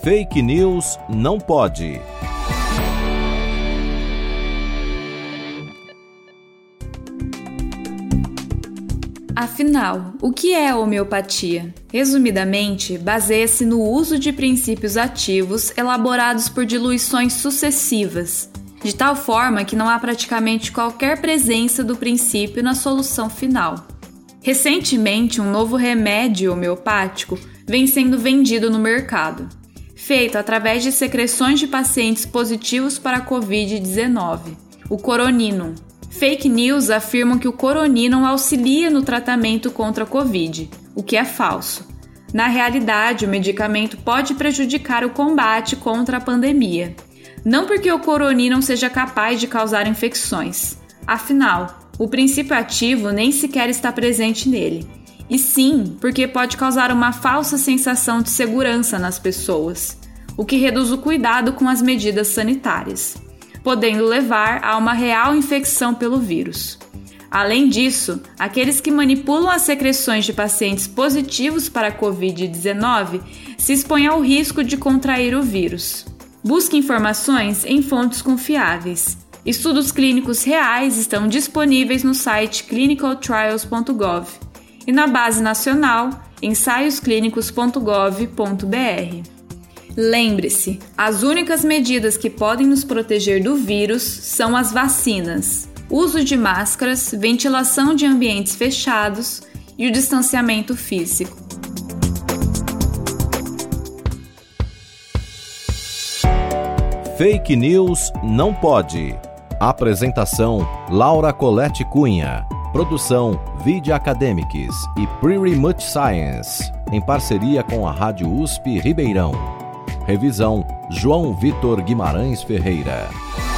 Fake News não pode. Afinal, o que é a homeopatia? Resumidamente, baseia-se no uso de princípios ativos elaborados por diluições sucessivas, de tal forma que não há praticamente qualquer presença do princípio na solução final. Recentemente, um novo remédio homeopático vem sendo vendido no mercado, feito através de secreções de pacientes positivos para a Covid-19, o Coroninum. Fake news afirmam que o Coroninum auxilia no tratamento contra a Covid, o que é falso. Na realidade, o medicamento pode prejudicar o combate contra a pandemia. Não porque o Coroninum seja capaz de causar infecções. Afinal, o princípio ativo nem sequer está presente nele. E sim, porque pode causar uma falsa sensação de segurança nas pessoas, o que reduz o cuidado com as medidas sanitárias, podendo levar a uma real infecção pelo vírus. Além disso, aqueles que manipulam as secreções de pacientes positivos para a Covid-19 se expõem ao risco de contrair o vírus. Busque informações em fontes confiáveis. Estudos clínicos reais estão disponíveis no site clinicaltrials.gov e na base nacional, ensaiosclinicos.gov.br. Lembre-se, as únicas medidas que podem nos proteger do vírus são as vacinas, uso de máscaras, ventilação de ambientes fechados e o distanciamento físico. Fake News não pode. Apresentação: Laura Colette Cunha. Produção: Vidia Academics e Pretty Much Science, em parceria com a Rádio USP Ribeirão. Revisão: João Vitor Guimarães Ferreira.